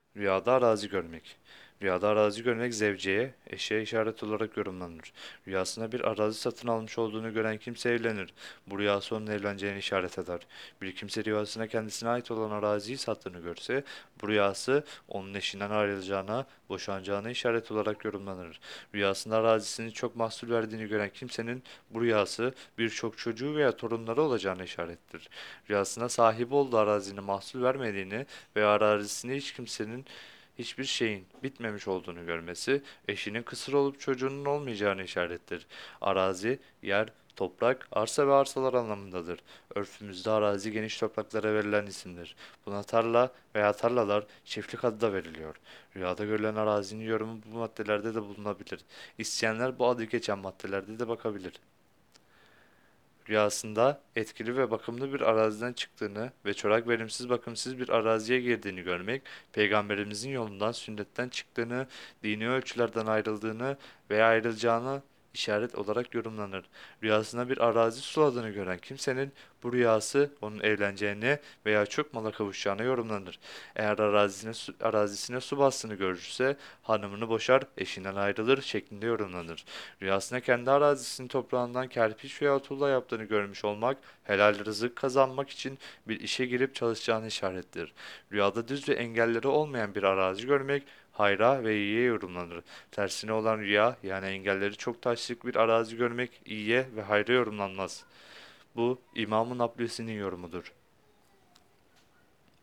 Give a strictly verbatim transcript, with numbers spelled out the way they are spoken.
Rüyada arazi görmek. Rüyada arazi görmek zevceye, eşeğe işaret olarak yorumlanır. Rüyasında bir arazi satın almış olduğunu gören kimse evlenir. Bu rüyası onun evleneceğini işaret eder. Bir kimse rüyasında kendisine ait olan araziyi sattığını görse, bu rüyası onun eşinden ayrılacağına, boşanacağına işaret olarak yorumlanır. Rüyasında arazisinin çok mahsul verdiğini gören kimsenin bu rüyası birçok çocuğu veya torunları olacağına işarettir. Rüyasında sahibi olduğu arazinin mahsul vermediğini veya arazisini hiç kimsenin hiçbir şeyin bitmemiş olduğunu görmesi, eşinin kısır olup çocuğunun olmayacağını işarettir. Arazi, yer, toprak, arsa ve arsalar anlamındadır. Örfümüzde arazi geniş topraklara verilen isimdir. Buna tarla veya tarlalar çiftlik adı da veriliyor. Rüyada görülen arazinin yorumu bu maddelerde de bulunabilir. İsteyenler bu adı geçen maddelerde de bakabilir. Rüyasında etkili ve bakımlı bir araziden çıktığını ve çorak verimsiz bakımsız bir araziye girdiğini görmek, Peygamberimizin yolundan sünnetten çıktığını, dini ölçülerden ayrıldığını veya ayrılacağını işaret olarak yorumlanır. Rüyasında bir arazi suladığını gören kimsenin bu rüyası onun evleneceğini veya çok mala kavuşacağına yorumlanır. Eğer arazisine, su- arazisine su bastığını görürse hanımını boşar, eşinden ayrılır şeklinde yorumlanır. Rüyasında kendi arazisinin toprağından kerpiç veya tuğla yaptığını görmüş olmak, helal rızık kazanmak için bir işe girip çalışacağını işarettir. Rüyada düz ve engelleri olmayan bir arazi görmek, hayra ve iyiye yorumlanır. Tersine olan rüya, yani engelleri çok taşlık bir arazi görmek, iyiye ve hayra yorumlanmaz. Bu İmam-ı Nablusi'nin yorumudur.